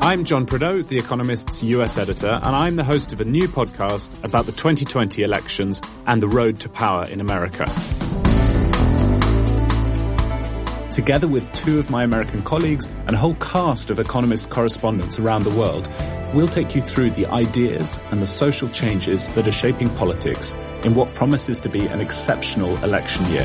I'm John Prideaux, The Economist's US editor, and I'm the host of a new podcast about the 2020 elections and the road to power in America. Together with two of my American colleagues and a whole cast of Economist correspondents around the world, we'll take you through the ideas and the social changes that are shaping politics in what promises to be an exceptional election year.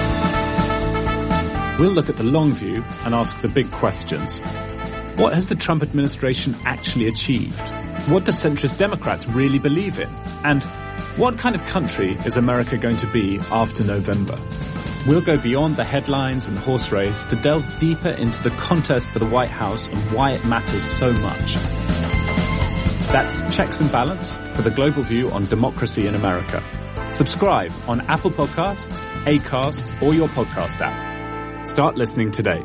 We'll look at the long view and ask the big questions. What has the Trump administration actually achieved? What do centrist Democrats really believe in? And what kind of country is America going to be after November? We'll go beyond the headlines and the horse race to delve deeper into the contest for the White House and why it matters so much. That's Checks and Balance for the global view on democracy in America. Subscribe on Apple Podcasts, Acast, or your podcast app. Start listening today.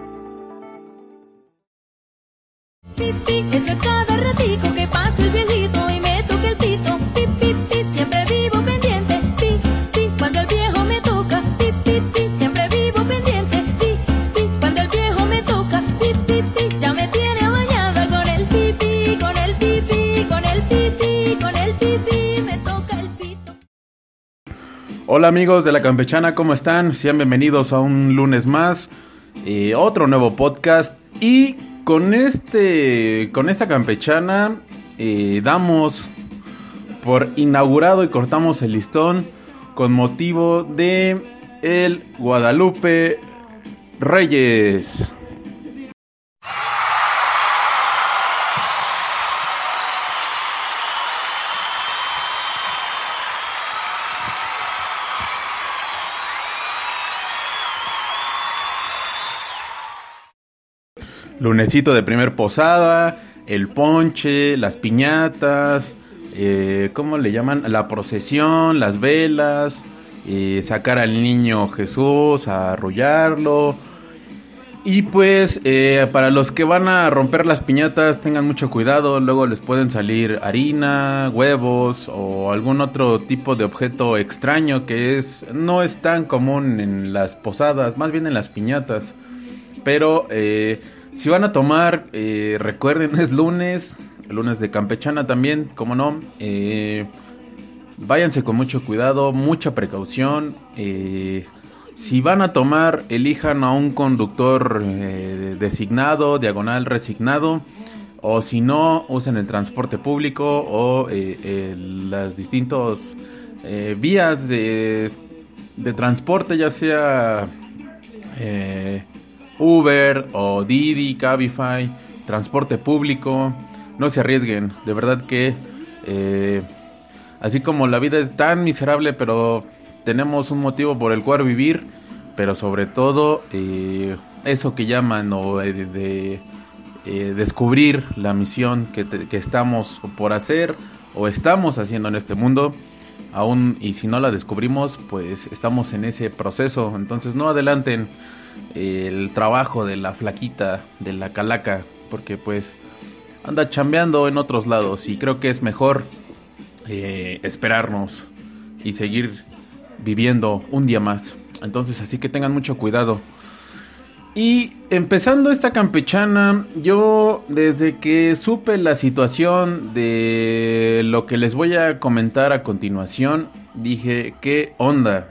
Es a cada ratico que pasa el viejito y me toca el pito. Pip, pip, pip, siempre vivo pendiente. Pip, pip, cuando el viejo me toca. Pip, pip, pip, siempre vivo pendiente. Pip, pip, cuando el viejo me toca. Pip, pip, pip, ya me tiene bañada con el pipi, con el pipi, con el pipi, con el pipi, me toca el pito. Hola amigos de La Campechana, ¿cómo están? Sean bienvenidos a un lunes más, otro nuevo podcast y... Con esta campechana damos por inaugurado y cortamos el listón con motivo de el Guadalupe Reyes. Lunesito de primer posada, el ponche, las piñatas, ¿cómo le llaman? La procesión, las velas, sacar al niño Jesús, a arrullarlo. Y pues para los que van a romper las piñatas tengan mucho cuidado, luego les pueden salir harina, huevos o algún otro tipo de objeto extraño que no es tan común en las posadas, más bien en las piñatas. Pero... si van a tomar, recuerden, es lunes de campechana también, como no, váyanse con mucho cuidado, mucha precaución, si van a tomar, elijan a un conductor designado, diagonal resignado, o si no, usen el transporte público o las distintas vías de transporte, ya sea... Uber o Didi, Cabify, transporte público, no se arriesguen, de verdad que así como la vida es tan miserable, pero tenemos un motivo por el cual vivir, pero sobre todo eso que llaman o descubrir la misión que estamos por hacer o estamos haciendo en este mundo, aún y si no la descubrimos, pues estamos en ese proceso, entonces no adelanten el trabajo de la flaquita, de la calaca, porque pues anda chambeando en otros lados y creo que es mejor esperarnos y seguir viviendo un día más. Entonces así que tengan mucho cuidado. Y empezando esta campechana, yo desde que supe la situación de lo que les voy a comentar a continuación, dije, ¿qué onda?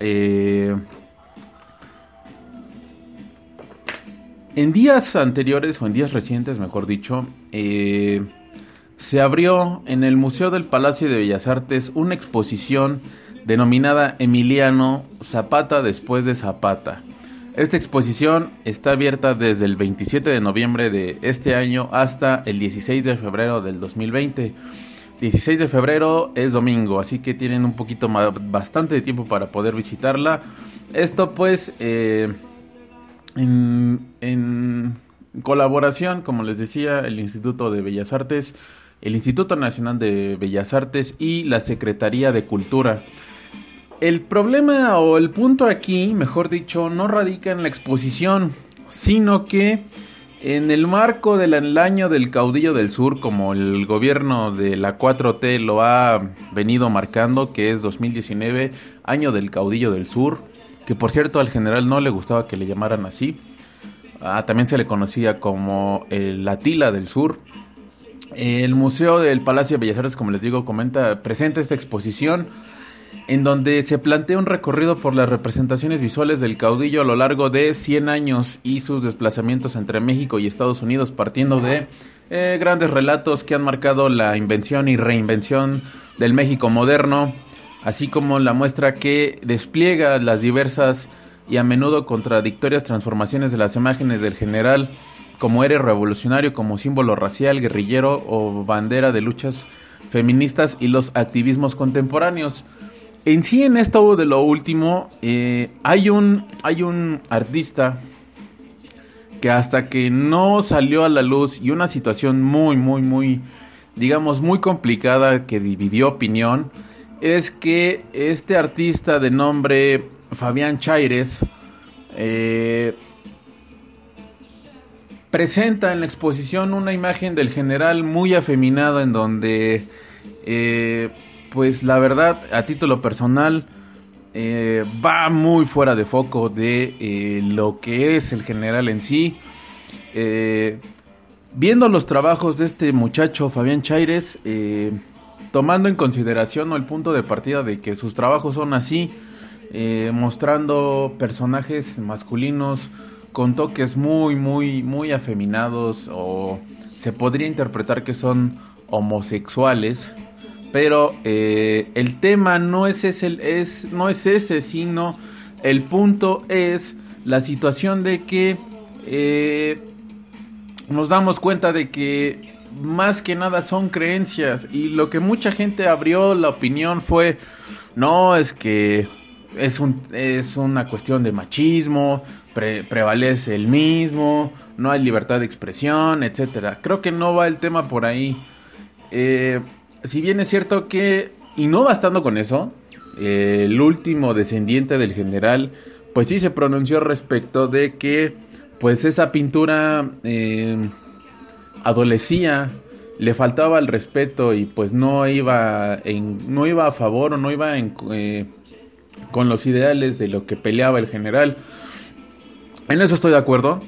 En días anteriores, o en días recientes, mejor dicho, se abrió en el Museo del Palacio de Bellas Artes una exposición denominada Emiliano Zapata después de Zapata. Esta exposición está abierta desde el 27 de noviembre de este año hasta el 16 de febrero del 2020. 16 de febrero es domingo, así que tienen un poquito más, bastante de tiempo para poder visitarla. Esto pues... En colaboración, como les decía, el Instituto de Bellas Artes, el Instituto Nacional de Bellas Artes y la Secretaría de Cultura. El problema o el punto aquí, mejor dicho, no radica en la exposición, sino que en el marco del año del caudillo del sur, como el gobierno de la 4T lo ha venido marcando, que es 2019, año del caudillo del sur, que por cierto al general no le gustaba que le llamaran así. también se le conocía como la Tila del Sur. El Museo del Palacio de Bellas Artes, como les digo, presenta esta exposición en donde se plantea un recorrido por las representaciones visuales del caudillo a lo largo de 100 años y sus desplazamientos entre México y Estados Unidos, partiendo de grandes relatos que han marcado la invención y reinvención del México moderno, así como la muestra que despliega las diversas y a menudo contradictorias transformaciones de las imágenes del general como héroe revolucionario, como símbolo racial, guerrillero o bandera de luchas feministas y los activismos contemporáneos. En sí, en esto de lo último, hay un artista que hasta que no salió a la luz y una situación muy, digamos, muy complicada que dividió opinión, es que este artista de nombre Fabián Chaires presenta en la exposición una imagen del general muy afeminado en donde, pues la verdad, a título personal, va muy fuera de foco de lo que es el general en sí. Viendo los trabajos de este muchacho Fabián Chaires, tomando en consideración el punto de partida de que sus trabajos son así, mostrando personajes masculinos con toques muy afeminados, o se podría interpretar que son homosexuales, pero el tema no es ese, sino el punto es la situación de que nos damos cuenta de que más que nada son creencias, y lo que mucha gente abrió la opinión fue: no, es que es una cuestión de machismo, prevalece el mismo, no hay libertad de expresión, etcétera. Creo que no va el tema por ahí. Si bien es cierto que, y no bastando con eso, el último descendiente del general, pues sí se pronunció respecto de que, pues esa pintura adolecía, le faltaba el respeto, y pues no iba a favor, o no iba con los ideales de lo que peleaba el general. En eso estoy de acuerdo.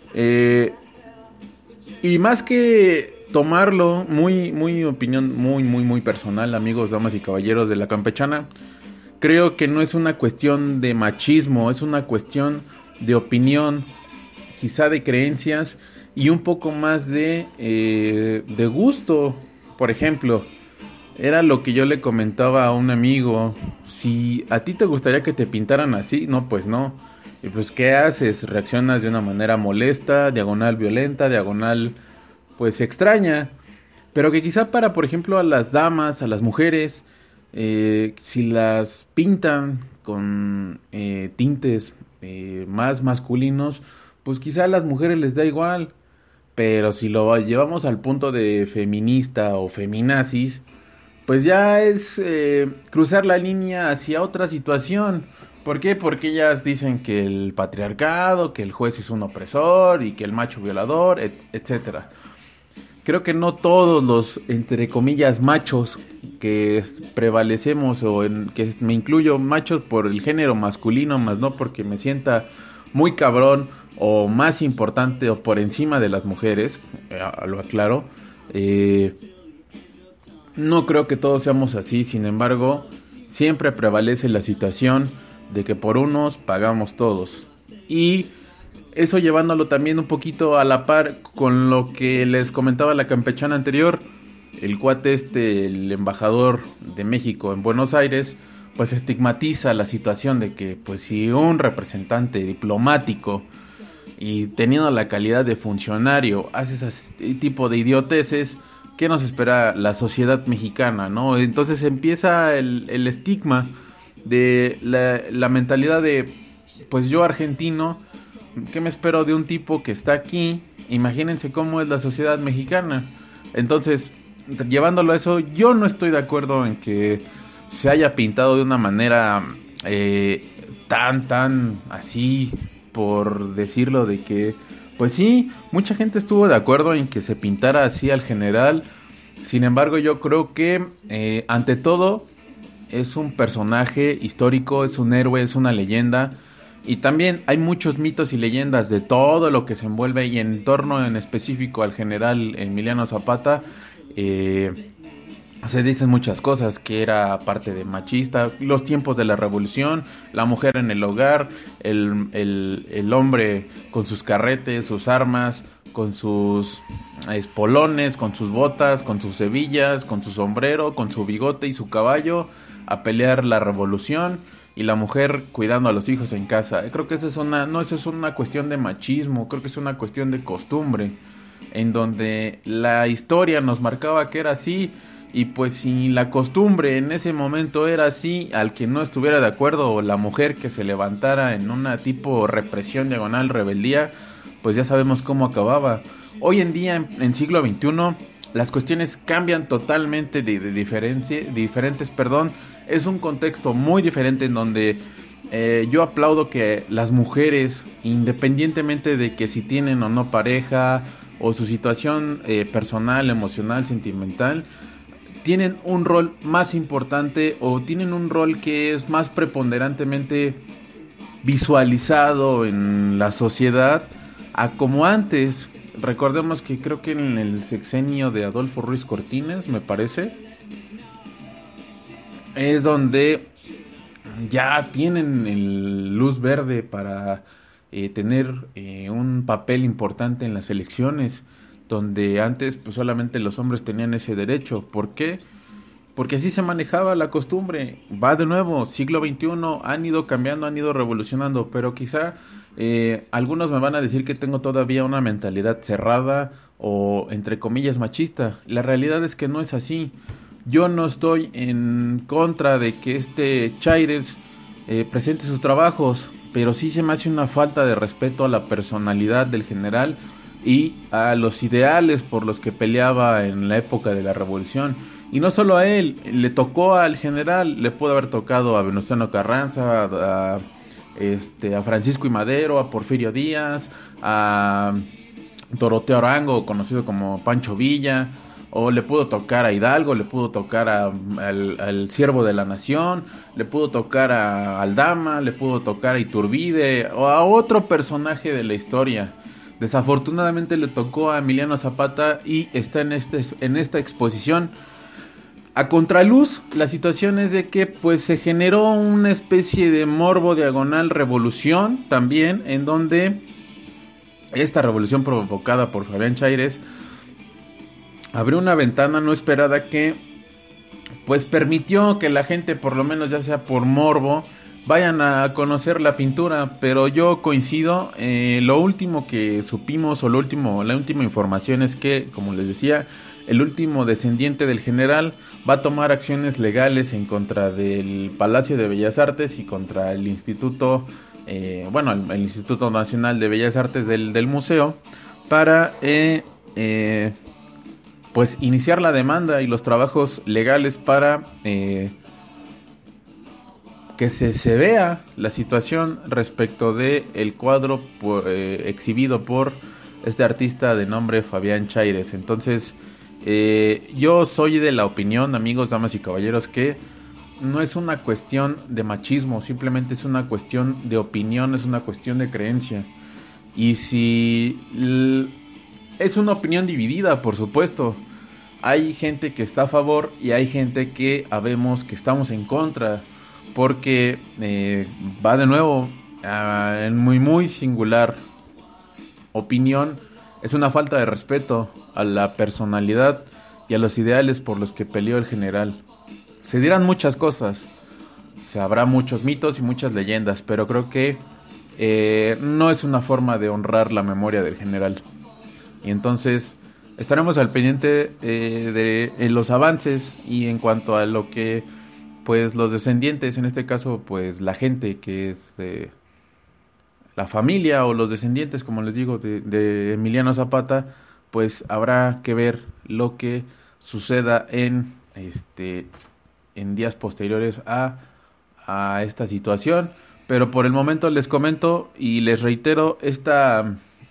Y más que tomarlo muy opinión muy personal, amigos, damas y caballeros de la campechana, creo que no es una cuestión de machismo, es una cuestión de opinión, quizá de creencias y un poco más de gusto. Por ejemplo, era lo que yo le comentaba a un amigo: si a ti te gustaría que te pintaran así, no, pues no. Y pues, ¿qué haces? Reaccionas de una manera molesta, diagonal violenta, diagonal pues extraña. Pero que quizá para, por ejemplo, a las damas, a las mujeres, si las pintan con tintes más masculinos, pues quizá a las mujeres les da igual. Pero si lo llevamos al punto de feminista o feminazis, pues ya es cruzar la línea hacia otra situación. ¿Por qué? Porque ellas dicen que el patriarcado, que el juez es un opresor y que el macho violador, etcétera. Creo que no todos los, entre comillas, machos que prevalecemos, que me incluyo, machos por el género masculino, más no porque me sienta muy cabrón o más importante o por encima de las mujeres, lo aclaro. No creo que todos seamos así, sin embargo, siempre prevalece la situación de que por unos pagamos todos. Y eso llevándolo también un poquito a la par con lo que les comentaba la campechana anterior. El cuate el embajador de México en Buenos Aires, pues estigmatiza la situación de que pues si un representante diplomático y teniendo la calidad de funcionario hace ese tipo de idioteces, ¿qué nos espera la sociedad mexicana, no? Entonces empieza el estigma de la mentalidad de, pues yo argentino, ¿qué me espero de un tipo que está aquí? Imagínense cómo es la sociedad mexicana. Entonces, llevándolo a eso, yo no estoy de acuerdo en que se haya pintado de una manera tan así, por decirlo, de que, pues sí, mucha gente estuvo de acuerdo en que se pintara así al general. Sin embargo, yo creo que ante todo es un personaje histórico, es un héroe, es una leyenda, Y también hay muchos mitos y leyendas de todo lo que se envuelve y en torno en específico al general Emiliano Zapata. Se dicen muchas cosas, que era parte de machista, los tiempos de la revolución, la mujer en el hogar, el hombre con sus carretes, sus armas, con sus espolones, con sus botas, con sus hebillas, con su sombrero, con su bigote y su caballo, a pelear la revolución, y la mujer cuidando a los hijos en casa. Creo que eso es una cuestión de machismo, creo que es una cuestión de costumbre, en donde la historia nos marcaba que era así. Y pues si la costumbre en ese momento era así, al que no estuviera de acuerdo, o la mujer que se levantara en una tipo represión diagonal rebeldía, pues ya sabemos cómo acababa. Hoy en día, en siglo XXI, las cuestiones cambian totalmente diferentes. Es un contexto muy diferente en donde yo aplaudo que las mujeres, independientemente de que si tienen o no pareja, o su situación personal, emocional, sentimental, tienen un rol más importante, o tienen un rol que es más preponderantemente visualizado en la sociedad a como antes. Recordemos que creo que en el sexenio de Adolfo Ruiz Cortines, me parece, es donde ya tienen el luz verde para tener un papel importante en las elecciones, donde antes pues solamente los hombres tenían ese derecho. ¿Por qué? Porque así se manejaba la costumbre. Va de nuevo, siglo XXI, han ido cambiando, han ido revolucionando, pero quizá algunos me van a decir que tengo todavía una mentalidad cerrada o entre comillas machista. La realidad es que no es así. Yo no estoy en contra de que Chaires presente sus trabajos, pero sí se me hace una falta de respeto a la personalidad del general y a los ideales por los que peleaba en la época de la revolución. Y no solo a él, le tocó al general, le pudo haber tocado a Venustiano Carranza, a Francisco I. Madero, a Porfirio Díaz, a Doroteo Arango, conocido como Pancho Villa, o le pudo tocar a Hidalgo, le pudo tocar al Siervo de la Nación, le pudo tocar a Aldama, le pudo tocar a Iturbide, o a otro personaje de la historia. Desafortunadamente le tocó a Emiliano Zapata y está en esta exposición. A contraluz, la situación es de que pues se generó una especie de morbo diagonal revolución también, en donde esta revolución provocada por Fabián Chaires abrió una ventana no esperada que pues permitió que la gente, por lo menos ya sea por morbo, vayan a conocer la pintura. Pero yo coincido, lo último que supimos, o la última información es que, como les decía, el último descendiente del general va a tomar acciones legales en contra del Palacio de Bellas Artes y contra el Instituto, el Instituto Nacional de Bellas Artes del museo, para pues iniciar la demanda y los trabajos legales para que se vea la situación respecto de el cuadro exhibido por este artista de nombre Fabián Chaires. Entonces, yo soy de la opinión, amigos, damas y caballeros, que no es una cuestión de machismo, simplemente es una cuestión de opinión, es una cuestión de creencia. Y si es una opinión dividida, por supuesto. Hay gente que está a favor y hay gente que habemos que estamos en contra, porque va de nuevo en muy singular opinión. Es una falta de respeto a la personalidad y a los ideales por los que peleó el general. Se dirán muchas cosas, se habrá muchos mitos y muchas leyendas, pero creo que no es una forma de honrar la memoria del general. Y entonces estaremos al pendiente de los avances y en cuanto a lo que pues los descendientes, en este caso pues la gente que es la familia o los descendientes, como les digo, de Emiliano Zapata, pues habrá que ver lo que suceda en días posteriores a esta situación. Pero por el momento les comento y les reitero, esta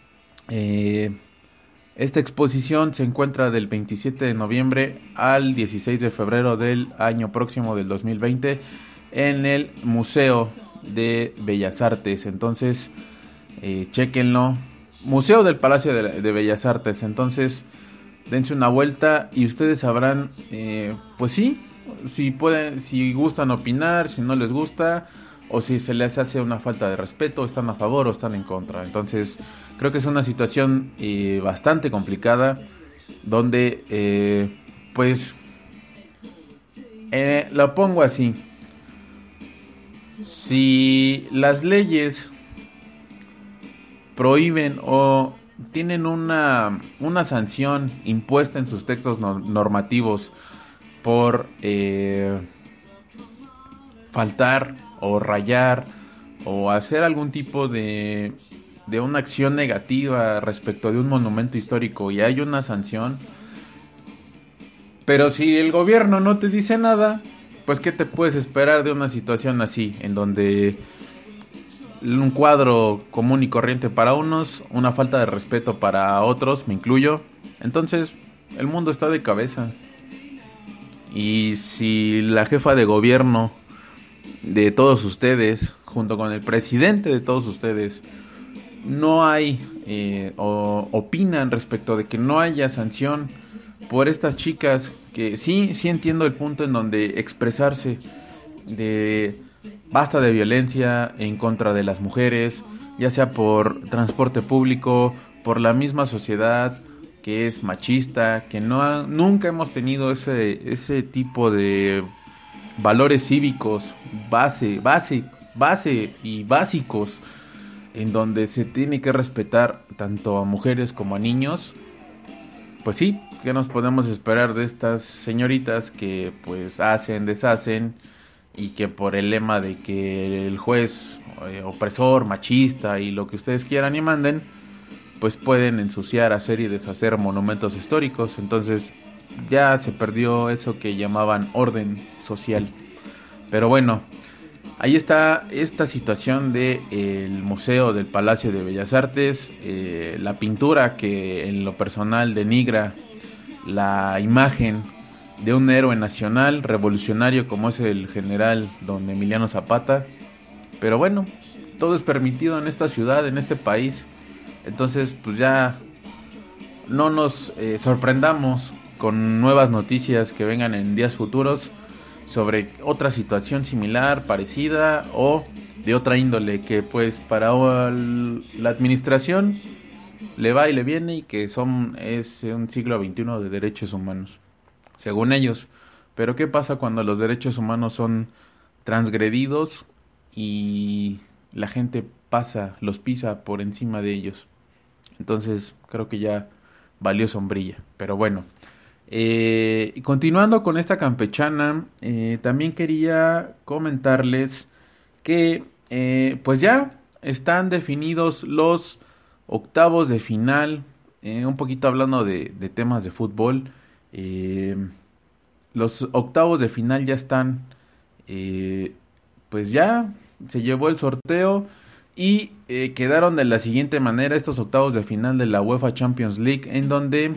exposición se encuentra del 27 de noviembre al 16 de febrero del año próximo, del 2020, en el Museo de Bellas Artes. Entonces, chéquenlo. Museo del Palacio de Bellas Artes. Entonces, dense una vuelta y ustedes sabrán, pues sí, si pueden, si gustan opinar, si no les gusta, o si se les hace una falta de respeto, están a favor o están en contra. Entonces, creo que es una situación bastante complicada, donde, pues, lo pongo así. Si las leyes prohíben o tienen una sanción impuesta en sus textos normativos por faltar o rayar o hacer algún tipo de una acción negativa respecto de un monumento histórico y hay una sanción, pero si el gobierno no te dice nada, pues ¿qué te puedes esperar de una situación así, en donde un cuadro común y corriente para unos, una falta de respeto para otros, me incluyo? Entonces, el mundo está de cabeza. Y si la jefa de gobierno de todos ustedes, junto con el presidente de todos ustedes, no hay o opinan respecto de que no haya sanción por estas chicas, que sí entiendo el punto en donde expresarse de basta de violencia en contra de las mujeres, ya sea por transporte público, por la misma sociedad que es machista, que nunca hemos tenido ese tipo de valores cívicos base y básicos, en donde se tiene que respetar tanto a mujeres como a niños. Pues sí, ¿qué nos podemos esperar de estas señoritas que pues hacen, deshacen, y que por el lema de que el juez opresor, machista y lo que ustedes quieran y manden, pues pueden ensuciar, hacer y deshacer monumentos históricos? Entonces ya se perdió eso que llamaban orden social. Pero bueno, ahí está esta situación del Museo del Palacio de Bellas Artes, la pintura que en lo personal denigra la imagen de un héroe nacional revolucionario como es el general don Emiliano Zapata. Pero bueno, todo es permitido en esta ciudad, en este país. Entonces pues ya no nos sorprendamos con nuevas noticias que vengan en días futuros sobre otra situación similar, parecida o de otra índole, que pues para la administración le va y le viene, y que es un siglo XXI de derechos humanos, según ellos. Pero ¿qué pasa cuando los derechos humanos son transgredidos y la gente los pisa por encima de ellos? Entonces creo que ya valió sombrilla. Pero bueno, continuando con esta campechana, también quería comentarles que pues ya están definidos los octavos de final, un poquito hablando de temas de fútbol. Los octavos de final ya están, pues ya se llevó el sorteo y quedaron de la siguiente manera estos octavos de final de la UEFA Champions League, en donde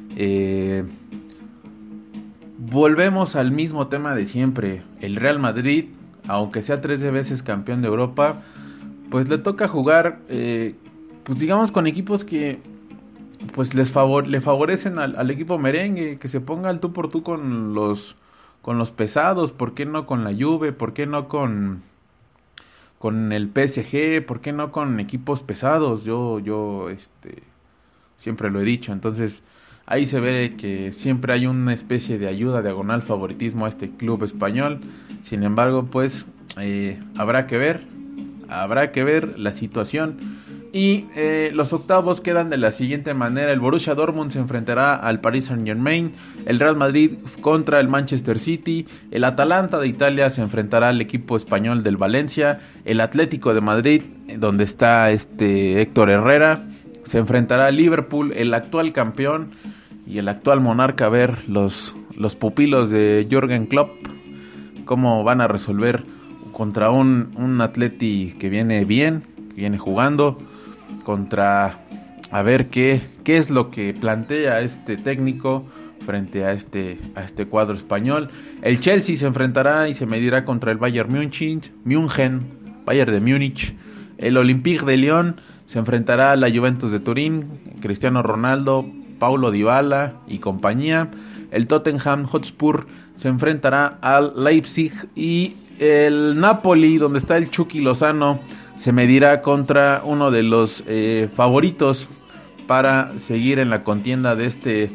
volvemos al mismo tema de siempre. El Real Madrid, aunque sea 13 veces campeón de Europa, pues le toca jugar, pues digamos, con equipos que pues le favorecen al equipo merengue, que se ponga al tú por tú con los pesados. ¿Por qué no con la Juve? ¿Por qué no con el PSG? ¿Por qué no con equipos pesados? Yo siempre lo he dicho. Entonces ahí se ve que siempre hay una especie de ayuda, diagonal favoritismo a este club español. Sin embargo, pues habrá que ver la situación. Y los octavos quedan de la siguiente manera: el Borussia Dortmund se enfrentará al Paris Saint-Germain, el Real Madrid contra el Manchester City, el Atalanta de Italia se enfrentará al equipo español del Valencia, el Atlético de Madrid, donde está Héctor Herrera, se enfrentará al Liverpool, el actual campeón y el actual monarca. A ver los pupilos de Jürgen Klopp cómo van a resolver contra un Atleti que viene bien, que viene jugando, contra a ver qué es lo que plantea este técnico frente a este cuadro español. El Chelsea se enfrentará y se medirá contra el Bayern München, Bayern de Múnich. El Olympique de Lyon se enfrentará a la Juventus de Turín, Cristiano Ronaldo, Paulo Dybala y compañía. El Tottenham Hotspur se enfrentará al Leipzig y el Napoli, donde está el Chucky Lozano, se medirá contra uno de los favoritos para seguir en la contienda de este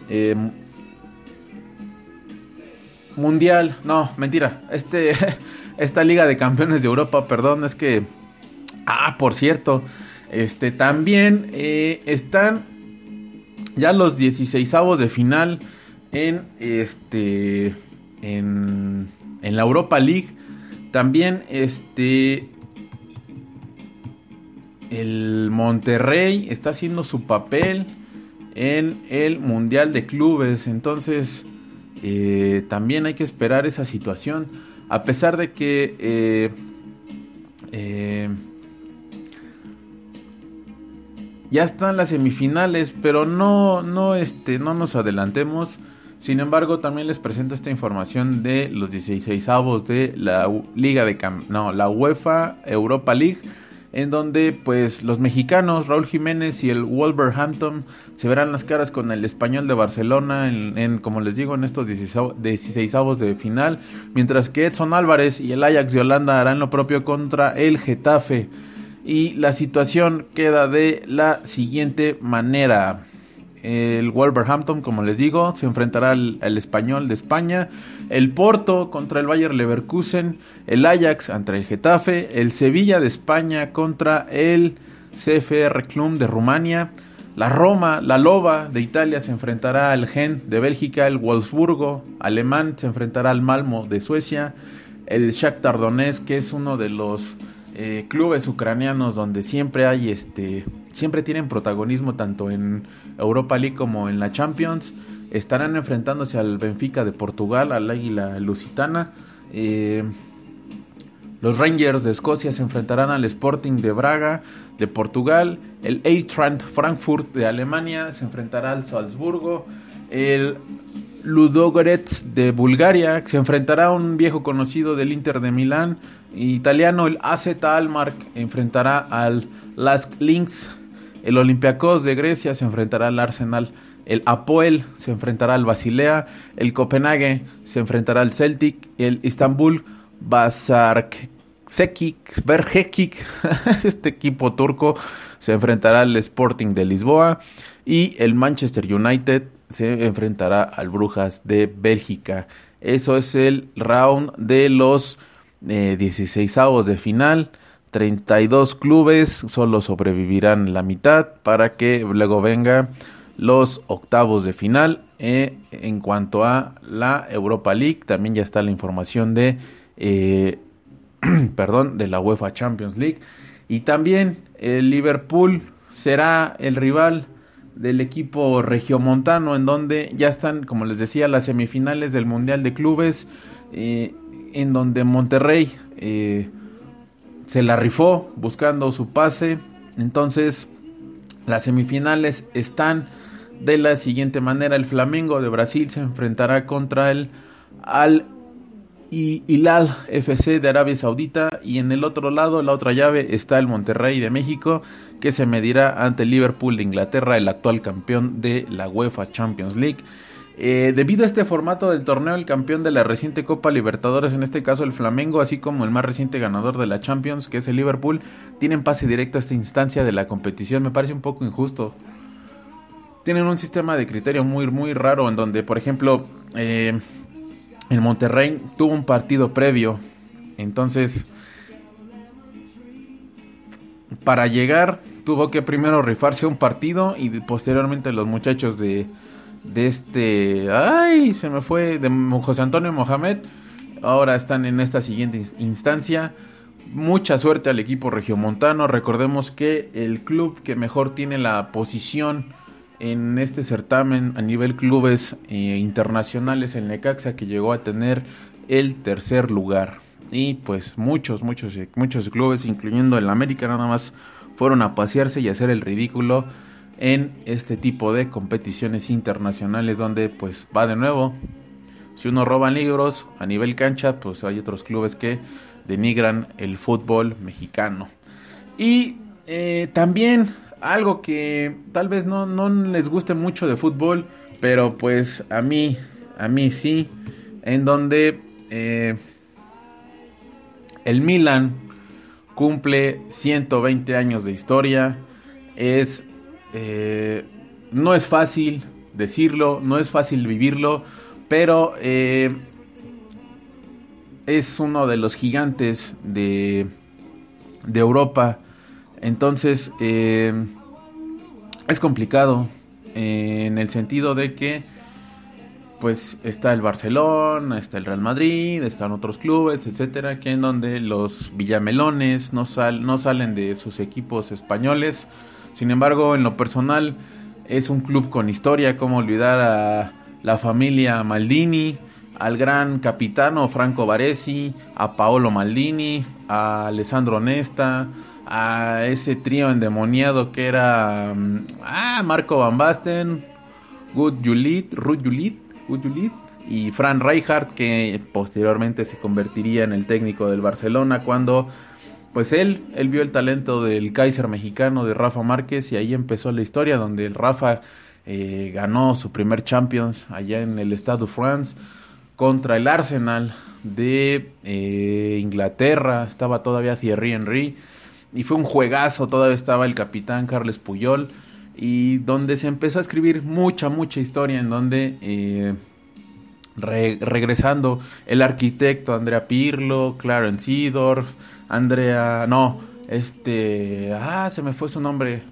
mundial. No, mentira. Esta Liga de Campeones de Europa, perdón, es que... por cierto, también están ya los 16avos de final en la Europa League. También el Monterrey está haciendo su papel en el Mundial de Clubes. Entonces también hay que esperar esa situación, a pesar de que ya están las semifinales, pero no nos adelantemos. Sin embargo, también les presento esta información de los 16avos de la la UEFA Europa League, en donde pues los mexicanos Raúl Jiménez y el Wolverhampton se verán las caras con el Español de Barcelona en como les digo, en estos 16avos de final, mientras que Edson Álvarez y el Ajax de Holanda harán lo propio contra el Getafe. Y la situación queda de la siguiente manera: el Wolverhampton, como les digo, se enfrentará al Español de España, el Porto contra el Bayer Leverkusen, el Ajax ante el Getafe, el Sevilla de España contra el CFR Club de Rumania, la Roma, la Loba de Italia se enfrentará al Gent de Bélgica, el Wolfsburgo alemán se enfrentará al Malmo de Suecia, el Shakhtar Donetsk, que es uno de los clubes ucranianos donde siempre hay siempre tienen protagonismo tanto en Europa League como en la Champions, estarán enfrentándose al Benfica de Portugal, al Águila Lusitana. Los Rangers de Escocia se enfrentarán al Sporting de Braga de Portugal, el Eintracht Frankfurt de Alemania se enfrentará al Salzburgo, el Ludogorets de Bulgaria se enfrentará a un viejo conocido del Inter de Milán italiano, el AZ Alkmaar enfrentará al Lask Linz, el Olympiacos de Grecia se enfrentará al Arsenal, el Apoel se enfrentará al Basilea, el Copenhague se enfrentará al Celtic, el Istanbul Başakşehir, este equipo turco se enfrentará al Sporting de Lisboa y el Manchester United se enfrentará al Brujas de Bélgica. Eso es el round de los 16avos de final. 32 clubes, solo sobrevivirán la mitad para que luego venga los octavos de final. En cuanto a la Europa League, también ya está la información de de la UEFA Champions League, y también el Liverpool será el rival del equipo regiomontano, en donde ya están, como les decía, las semifinales del Mundial de Clubes, en donde Monterrey se la rifó buscando su pase. Entonces las semifinales están de la siguiente manera: el Flamengo de Brasil se enfrentará contra el Al Hilal FC de Arabia Saudita, y en el otro lado, la otra llave, está el Monterrey de México, que se medirá ante el Liverpool de Inglaterra, el actual campeón de la UEFA Champions League. Debido a este formato del torneo, el campeón de la reciente Copa Libertadores, en este caso el Flamengo, así como el más reciente ganador de la Champions, que es el Liverpool, tienen pase directo a esta instancia de la competición. Me parece un poco injusto. Tienen un sistema de criterio muy, muy raro, en donde, por ejemplo, el Monterrey tuvo un partido previo. Entonces, para llegar, tuvo que primero rifarse un partido, y posteriormente los muchachos de se me fue, de José Antonio Mohamed, ahora están en esta siguiente instancia. Mucha suerte al equipo regiomontano. Recordemos que el club que mejor tiene la posición en este certamen a nivel clubes internacionales, el Necaxa, que llegó a tener el tercer lugar. Y pues muchos clubes, incluyendo el América, nada más fueron a pasearse y hacer el ridículo en este tipo de competiciones internacionales, donde pues va de nuevo. Si uno roba libros a nivel cancha, pues hay otros clubes que denigran el fútbol mexicano. Y también algo que tal vez no les guste mucho de fútbol, pero pues a mí sí, en donde el Milan cumple 120 años de historia. No es fácil decirlo, no es fácil vivirlo, pero es uno de los gigantes de Europa. Entonces es complicado en el sentido de que pues está el Barcelona, está el Real Madrid, están otros clubes, etcétera, que en donde los villamelones no salen de sus equipos españoles. Sin embargo, en lo personal, es un club con historia. Cómo olvidar a la familia Maldini, al gran capitano Franco Baresi, a Paolo Maldini, a Alessandro Nesta, a ese trío endemoniado que era Marco Van Basten, Ruud Gullit y Frank Rijkaard, que posteriormente se convertiría en el técnico del Barcelona cuando pues él vio el talento del Kaiser mexicano de Rafa Márquez, y ahí empezó la historia donde el Rafa ganó su primer Champions allá en el Stade de France contra el Arsenal de Inglaterra. Estaba todavía Thierry Henry y fue un juegazo. Todavía estaba el capitán Carles Puyol, y donde se empezó a escribir mucha historia, en donde regresando el arquitecto Andrea Pirlo, Clarence Seedorf, se me fue su nombre,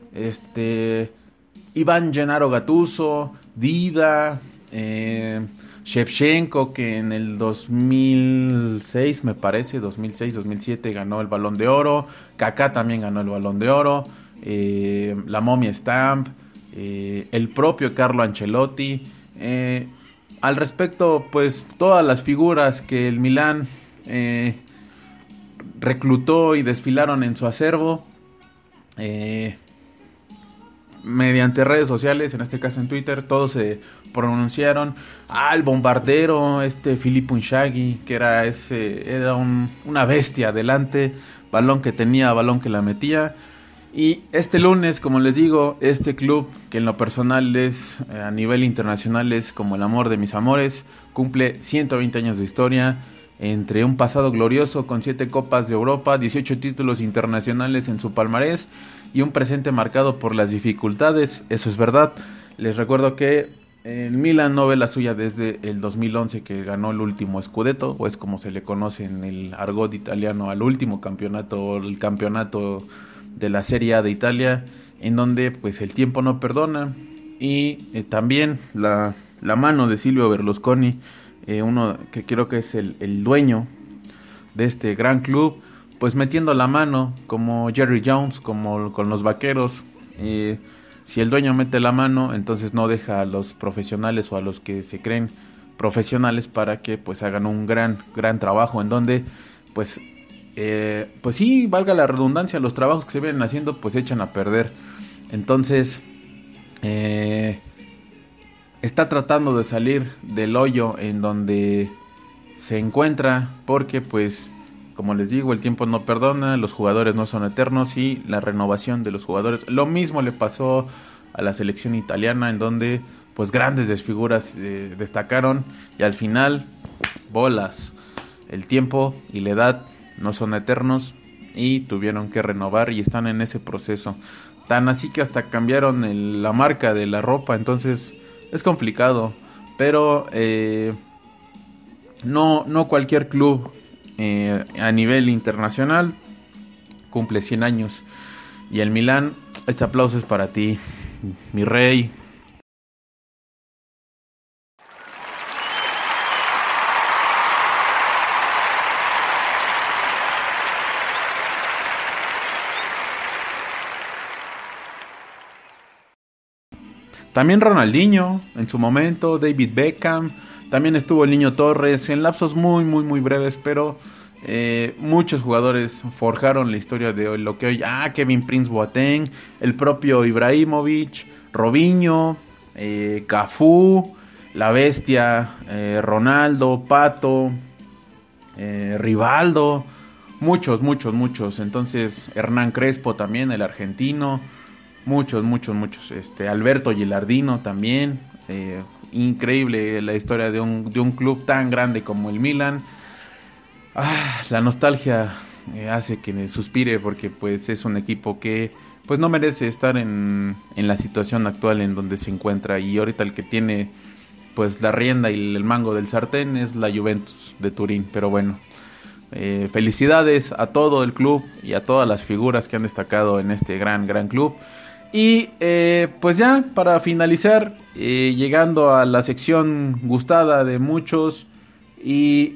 Iván Gennaro Gattuso, Dida, Shevchenko, que en el 2006 me parece, 2006-2007 ganó el Balón de Oro, Kaká también ganó el Balón de Oro, la momia Stamp, el propio Carlo Ancelotti. Al respecto, pues todas las figuras que el Milán reclutó y desfilaron en su acervo, mediante redes sociales, en este caso en Twitter, todos se pronunciaron. El bombardero, Filippo Inzaghi, que era una bestia adelante, balón que tenía, balón que la metía. Y este lunes, como les digo, este club, que en lo personal es, a nivel internacional, es como el amor de mis amores, cumple 120 años de historia, entre un pasado glorioso con 7 Copas de Europa, 18 títulos internacionales en su palmarés y un presente marcado por las dificultades. Eso es verdad. Les recuerdo que el Milan no ve la suya desde el 2011, que ganó el último Scudetto, o es como se le conoce en el argot italiano al último campeonato, el campeonato de la Serie A de Italia, en donde pues el tiempo no perdona. Y también la mano de Silvio Berlusconi, uno que creo que es el dueño de este gran club, pues metiendo la mano, como Jerry Jones, como con los Vaqueros. Si el dueño mete la mano, entonces no deja a los profesionales o a los que se creen profesionales para que pues hagan un gran trabajo, en donde pues sí, valga la redundancia, los trabajos que se vienen haciendo pues se echan a perder. Entonces está tratando de salir del hoyo en donde se encuentra, porque pues como les digo, el tiempo no perdona, los jugadores no son eternos, y la renovación de los jugadores. Lo mismo le pasó a la selección italiana, en donde pues grandes desfiguras destacaron, y al final, bolas, el tiempo y la edad no son eternos y tuvieron que renovar, y están en ese proceso. Tan así que hasta cambiaron la marca de la ropa. Entonces es complicado, pero no cualquier club a nivel internacional cumple 100 años. Y el Milán, este aplauso es para ti, mi rey. También Ronaldinho en su momento, David Beckham, también estuvo el Niño Torres, en lapsos muy breves, pero muchos jugadores forjaron la historia de lo que hoy, Kevin Prince Boateng, el propio Ibrahimovic, Robinho, Cafú, la bestia, Ronaldo, Pato, Rivaldo, muchos. Entonces, Hernán Crespo también, el argentino, muchos. Alberto Gilardino también. Increíble la historia de un club tan grande como el Milan. La nostalgia hace que me suspire, porque pues es un equipo que pues no merece estar en la situación actual en donde se encuentra, y ahorita el que tiene pues la rienda y el mango del sartén es la Juventus de Turín. Pero bueno, felicidades a todo el club y a todas las figuras que han destacado en este gran club. Y pues ya para finalizar, llegando a la sección gustada de muchos, y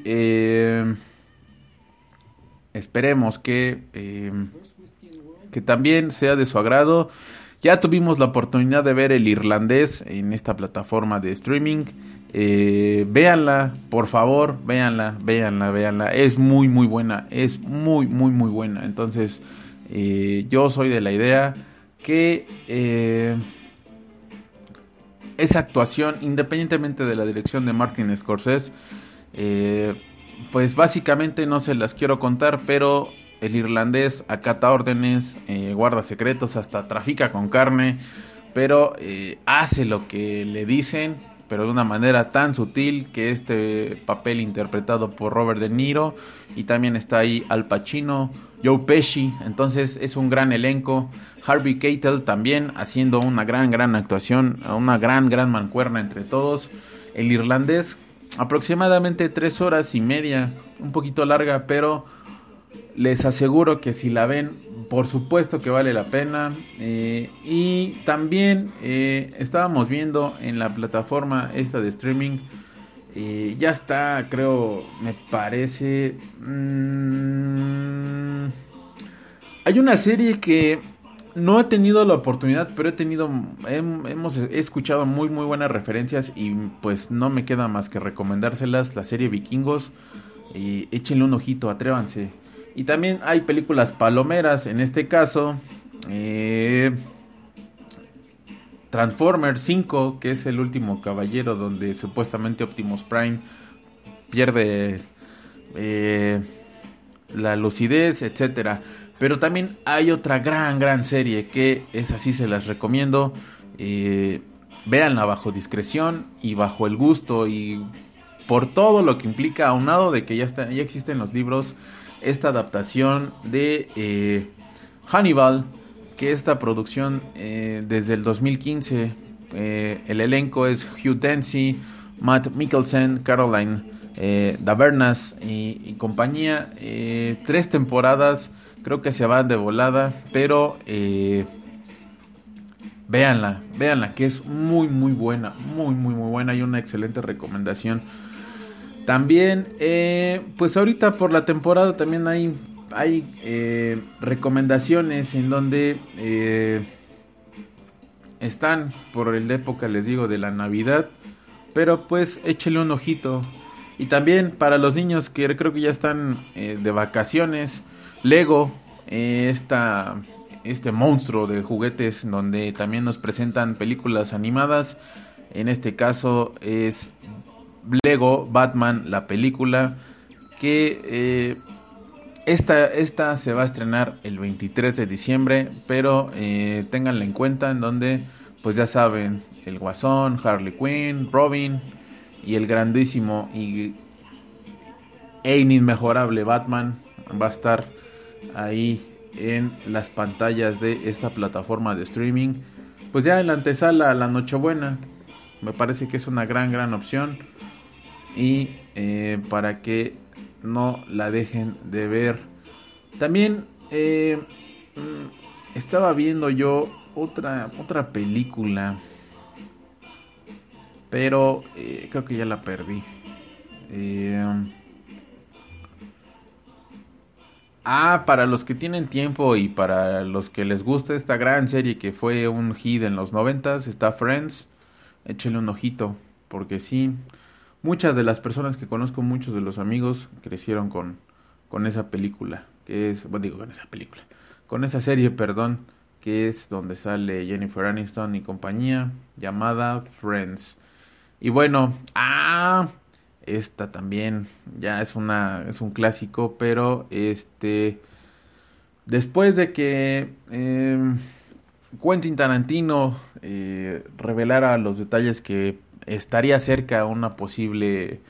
esperemos que también sea de su agrado. Ya tuvimos la oportunidad de ver El Irlandés en esta plataforma de streaming. Véanla, por favor, véanla. Es muy buena, es muy buena. Entonces, yo soy de la idea que esa actuación, independientemente de la dirección de Martin Scorsese, pues básicamente no se las quiero contar, pero el irlandés acata órdenes, guarda secretos, hasta trafica con carne, pero hace lo que le dicen, pero de una manera tan sutil, que este papel interpretado por Robert De Niro, y también está ahí Al Pacino, Joe Pesci. Entonces es un gran elenco. Harvey Keitel también haciendo una gran actuación, una gran mancuerna entre todos. El irlandés, aproximadamente 3 horas y media, un poquito larga, pero les aseguro que si la ven, por supuesto que vale la pena. Y también estábamos viendo en la plataforma esta de streaming, ya está, creo, me parece, hay una serie que no he tenido la oportunidad, pero he escuchado muy buenas referencias, y pues no me queda más que recomendárselas, la serie Vikingos. Échenle un ojito, atrévanse. Y también hay películas palomeras, en este caso Transformers 5, que es el último caballero, donde supuestamente Optimus Prime pierde la lucidez, etcétera. Pero también hay otra gran serie que es así, se las recomiendo. Véanla bajo discreción y bajo el gusto, y por todo lo que implica, aunado de que ya existen los libros, esta adaptación de Hannibal, que esta producción desde el 2015, el elenco es Hugh Dancy, Matt Mikkelsen, Caroline Davernas y compañía. 3 temporadas, creo que se van de volada, pero véanla, que es muy buena, muy buena, y una excelente recomendación. También, pues ahorita por la temporada también hay recomendaciones en donde están por la época, les digo, de la Navidad, pero pues échele un ojito. Y también para los niños que creo que ya están de vacaciones, Lego, este monstruo de juguetes, donde también nos presentan películas animadas. En este caso es Lego Batman, la película, que esta se va a estrenar el 23 de diciembre, pero ténganla en cuenta, en donde pues ya saben, el Guasón, Harley Quinn, Robin y el grandísimo e inmejorable Batman va a estar ahí en las pantallas de esta plataforma de streaming. Pues ya en la antesala a la Nochebuena, me parece que es una gran opción, y para que no la dejen de ver. También estaba viendo yo otra película, pero creo que ya la perdí. Para los que tienen tiempo y para los que les gusta esta gran serie que fue un hit en los 90s, está Friends. Échenle un ojito, porque sí, muchas de las personas que conozco, muchos de los amigos, crecieron con esa película, con esa serie, que es donde sale Jennifer Aniston y compañía, llamada Friends. Y bueno, esta también ya es un clásico, pero después de que Quentin Tarantino revelara los detalles que estaría cerca una posible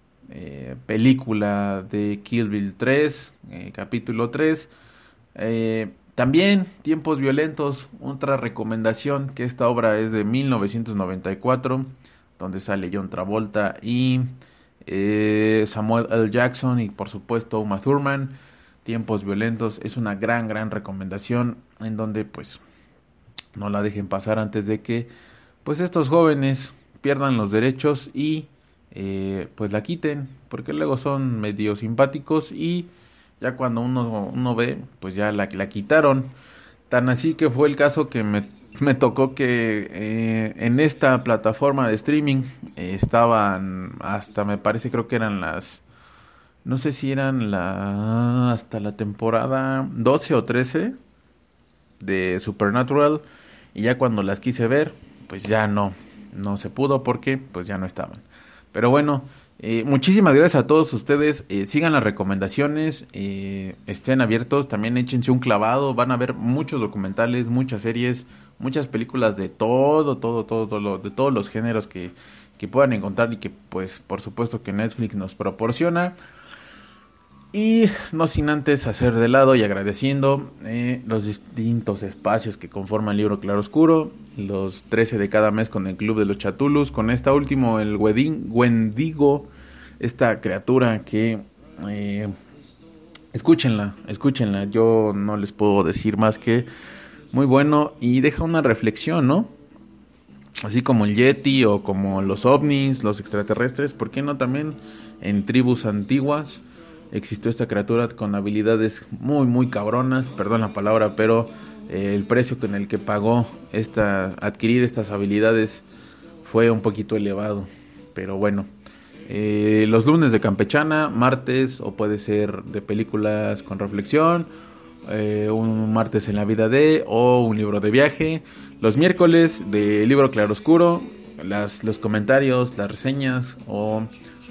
película de Kill Bill 3, capítulo 3, también Tiempos Violentos, otra recomendación, que esta obra es de 1994, donde sale John Travolta y Samuel L. Jackson y por supuesto Uma Thurman. Tiempos Violentos es una gran recomendación, en donde pues no la dejen pasar antes de que pues estos jóvenes pierdan los derechos y pues la quiten, porque luego son medio simpáticos y ya cuando uno ve, pues ya la quitaron. Tan así que fue el caso que me tocó que en esta plataforma de streaming estaban hasta, me parece, creo que eran no sé si eran hasta la temporada 12 o 13 de Supernatural, y ya cuando las quise ver, pues ya no se pudo porque pues ya no estaban. Pero bueno, muchísimas gracias a todos ustedes. Sigan las recomendaciones, estén abiertos, también échense un clavado. Van a ver muchos documentales, muchas series, muchas películas de todo, de todos los géneros que puedan encontrar y que pues por supuesto que Netflix nos proporciona. Y no sin antes hacer de lado y agradeciendo los distintos espacios que conforman Libro Claroscuro, los 13 de cada mes con el Club de los Chatulus, con esta último, el Wendigo, esta criatura que escúchenla, yo no les puedo decir más que muy bueno y deja una reflexión, ¿no? Así como el Yeti o como los ovnis, los extraterrestres, ¿por qué no también en tribus antiguas existió esta criatura con habilidades muy cabronas, perdón la palabra, pero el precio con el que pagó adquirir estas habilidades fue un poquito elevado? Pero bueno, los lunes de Campechana, martes o puede ser de películas con reflexión, un martes en la vida o un libro de viaje, los miércoles de Libro Claroscuro, los comentarios, las reseñas o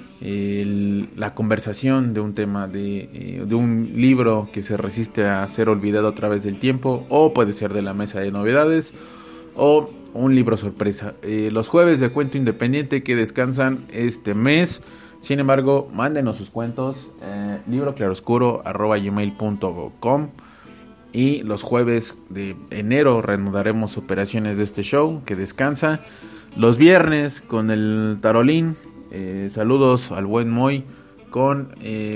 la conversación de un tema de un libro que se resiste a ser olvidado a través del tiempo, o puede ser de la mesa de novedades o un libro sorpresa. Los jueves de cuento independiente que descansan este mes. Sin embargo, mándenos sus cuentos, libroclaroscuro@gmail.com, y los jueves de enero reanudaremos operaciones de este show que descansa. Los viernes con el Tarolín, saludos al buen Moy con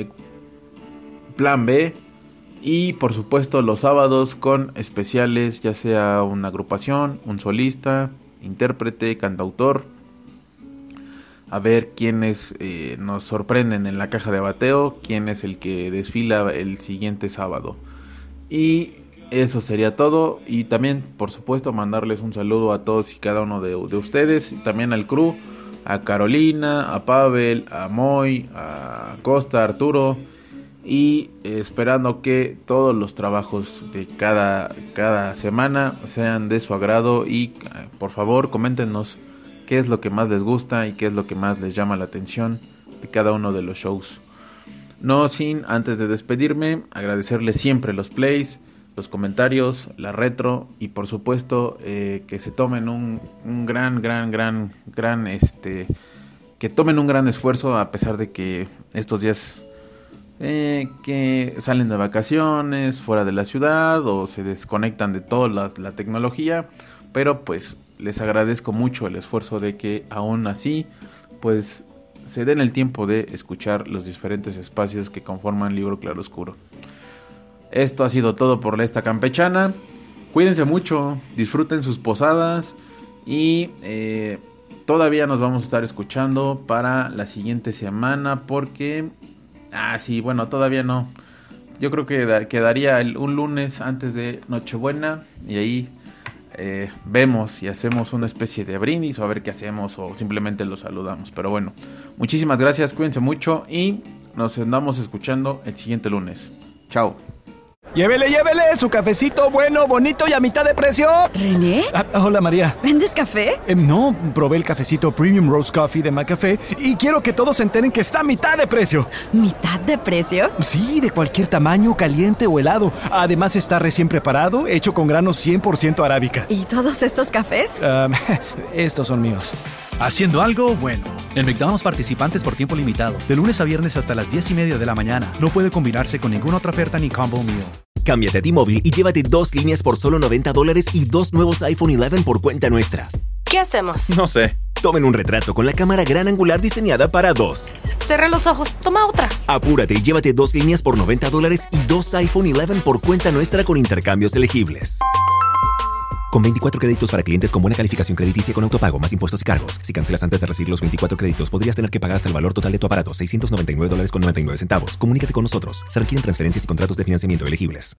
Plan B, y por supuesto los sábados con especiales, ya sea una agrupación, un solista, intérprete, cantautor, a ver quiénes nos sorprenden en la caja de bateo, quién es el que desfila el siguiente sábado. Y eso sería todo. Y también, por supuesto, mandarles un saludo a todos y cada uno de ustedes. Y también al crew, a Carolina, a Pavel, a Moy, a Costa, a Arturo. Y esperando que todos los trabajos de cada semana sean de su agrado. Y por favor, coméntenos qué es lo que más les gusta y qué es lo que más les llama la atención de cada uno de los shows. No sin antes de despedirme, agradecerles siempre los plays, los comentarios, la retro, y por supuesto que se tomen un gran que tomen un gran esfuerzo, a pesar de que estos días que salen de vacaciones fuera de la ciudad o se desconectan de toda la tecnología, pero pues les agradezco mucho el esfuerzo de que aún así pues se den el tiempo de escuchar los diferentes espacios que conforman Libro Claroscuro. Esto ha sido todo por esta campechana. Cuídense mucho, disfruten sus posadas y todavía nos vamos a estar escuchando para la siguiente semana porque... todavía no. Yo creo que quedaría un lunes antes de Nochebuena y ahí vemos y hacemos una especie de brindis o a ver qué hacemos o simplemente los saludamos. Pero bueno, muchísimas gracias, cuídense mucho y nos andamos escuchando el siguiente lunes. Chao. Llévele, su cafecito bueno, bonito y a mitad de precio. ¿René? Hola, María. ¿Vendes café? No, probé el cafecito Premium Roast Coffee de McCafé y quiero que todos se enteren que está a mitad de precio. ¿Mitad de precio? Sí, de cualquier tamaño, caliente o helado. Además está recién preparado, hecho con granos 100% arábica. ¿Y todos estos cafés? Estos son míos. Haciendo algo bueno. En McDonald's, participantes por tiempo limitado. De lunes a viernes hasta las 10:30 de la mañana. No puede combinarse con ninguna otra oferta ni combo meal. Cámbiate a T-Mobile y llévate 2 líneas por solo $90 y 2 nuevos iPhone 11 por cuenta nuestra. ¿Qué hacemos? No sé. Tomen un retrato con la cámara gran angular diseñada para 2. Cerré los ojos. Toma otra. Apúrate y llévate 2 líneas por $90 y 2 iPhone 11 por cuenta nuestra con intercambios elegibles. Con 24 créditos para clientes con buena calificación crediticia con autopago, más impuestos y cargos. Si cancelas antes de recibir los 24 créditos, podrías tener que pagar hasta el valor total de tu aparato, $699.99. Comunícate con nosotros. Se requieren transferencias y contratos de financiamiento elegibles.